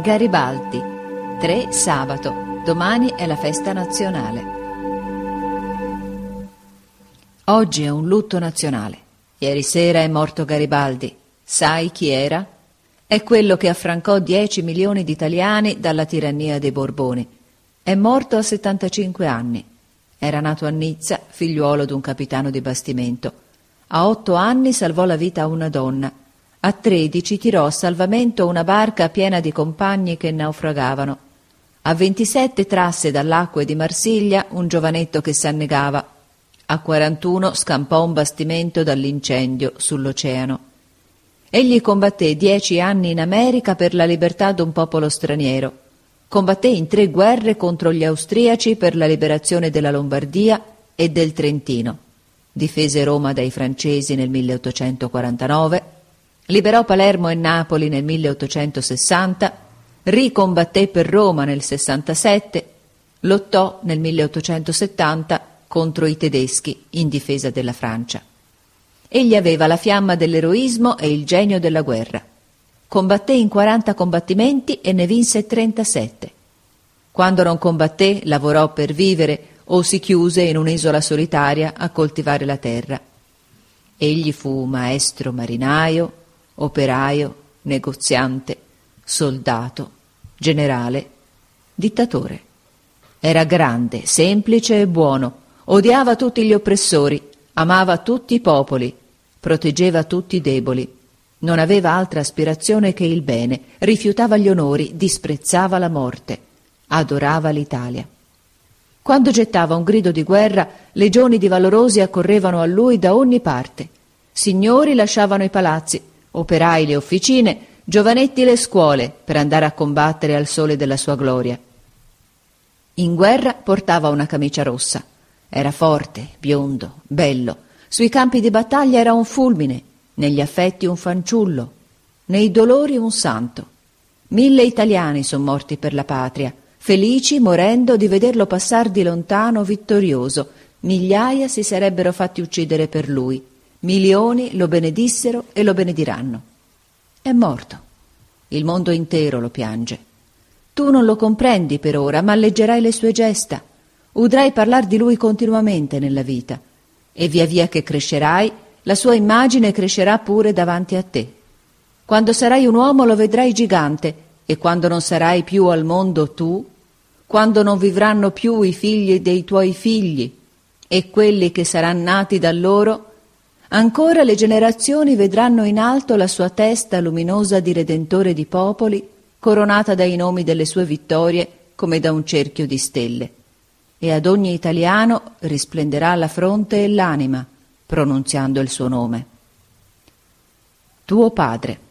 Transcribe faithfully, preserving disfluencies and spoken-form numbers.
Garibaldi. tre sabato. Domani è la festa nazionale. Oggi è un lutto nazionale. Ieri sera è morto Garibaldi. Sai chi era? È quello che affrancò dieci milioni di italiani dalla tirannia dei Borboni. È morto a settantacinque anni. Era nato a Nizza, figliuolo d'un capitano di bastimento. A otto anni salvò la vita a una donna. A tredici tirò a salvamento una barca piena di compagni che naufragavano. A ventisette trasse dall'acque di Marsiglia un giovanetto che s'annegava. A quarantuno scampò un bastimento dall'incendio sull'oceano. Egli combatté dieci anni in America per la libertà d'un popolo straniero. Combatté in tre guerre contro gli austriaci per la liberazione della Lombardia e del Trentino. Difese Roma dai francesi nel milleottocentoquarantanove, liberò Palermo e Napoli nel milleottocentosessanta, ricombatté per Roma nel sessantasette, lottò nel milleottocentosettanta contro i tedeschi in difesa della Francia. Egli aveva la fiamma dell'eroismo e il genio della guerra. Combatté in quaranta combattimenti e ne vinse trentasette. Quando non combatté, lavorò per vivere o si chiuse in un'isola solitaria a coltivare la terra. Egli fu maestro marinaio, operaio, negoziante, soldato, generale, dittatore. Era grande, semplice e buono, odiava tutti gli oppressori, amava tutti i popoli, proteggeva tutti i deboli. Non aveva altra aspirazione che il bene, rifiutava gli onori, disprezzava la morte, adorava l'Italia. Quando gettava un grido di guerra, legioni di valorosi accorrevano a lui da ogni parte. Signori lasciavano i palazzi, operai le officine, giovanetti le scuole per andare a combattere al sole della sua gloria. In guerra portava una camicia rossa. Era forte, biondo, bello. Sui campi di battaglia era un fulmine, negli affetti un fanciullo, nei dolori un santo. Mille italiani son morti per la patria, felici morendo di vederlo passar di lontano vittorioso. Migliaia si sarebbero fatti uccidere per lui. Milioni lo benedissero e lo benediranno. È morto. Il mondo intero lo piange. Tu non lo comprendi per ora, ma leggerai le sue gesta. Udrai parlar di lui continuamente nella vita. E via via che crescerai, la sua immagine crescerà pure davanti a te. Quando sarai un uomo lo vedrai gigante, e quando non sarai più al mondo tu, quando non vivranno più i figli dei tuoi figli e quelli che saranno nati da loro, ancora le generazioni vedranno in alto la sua testa luminosa di redentore di popoli, coronata dai nomi delle sue vittorie come da un cerchio di stelle. E ad ogni italiano risplenderà la fronte e l'anima, pronunziando il suo nome. Tuo padre.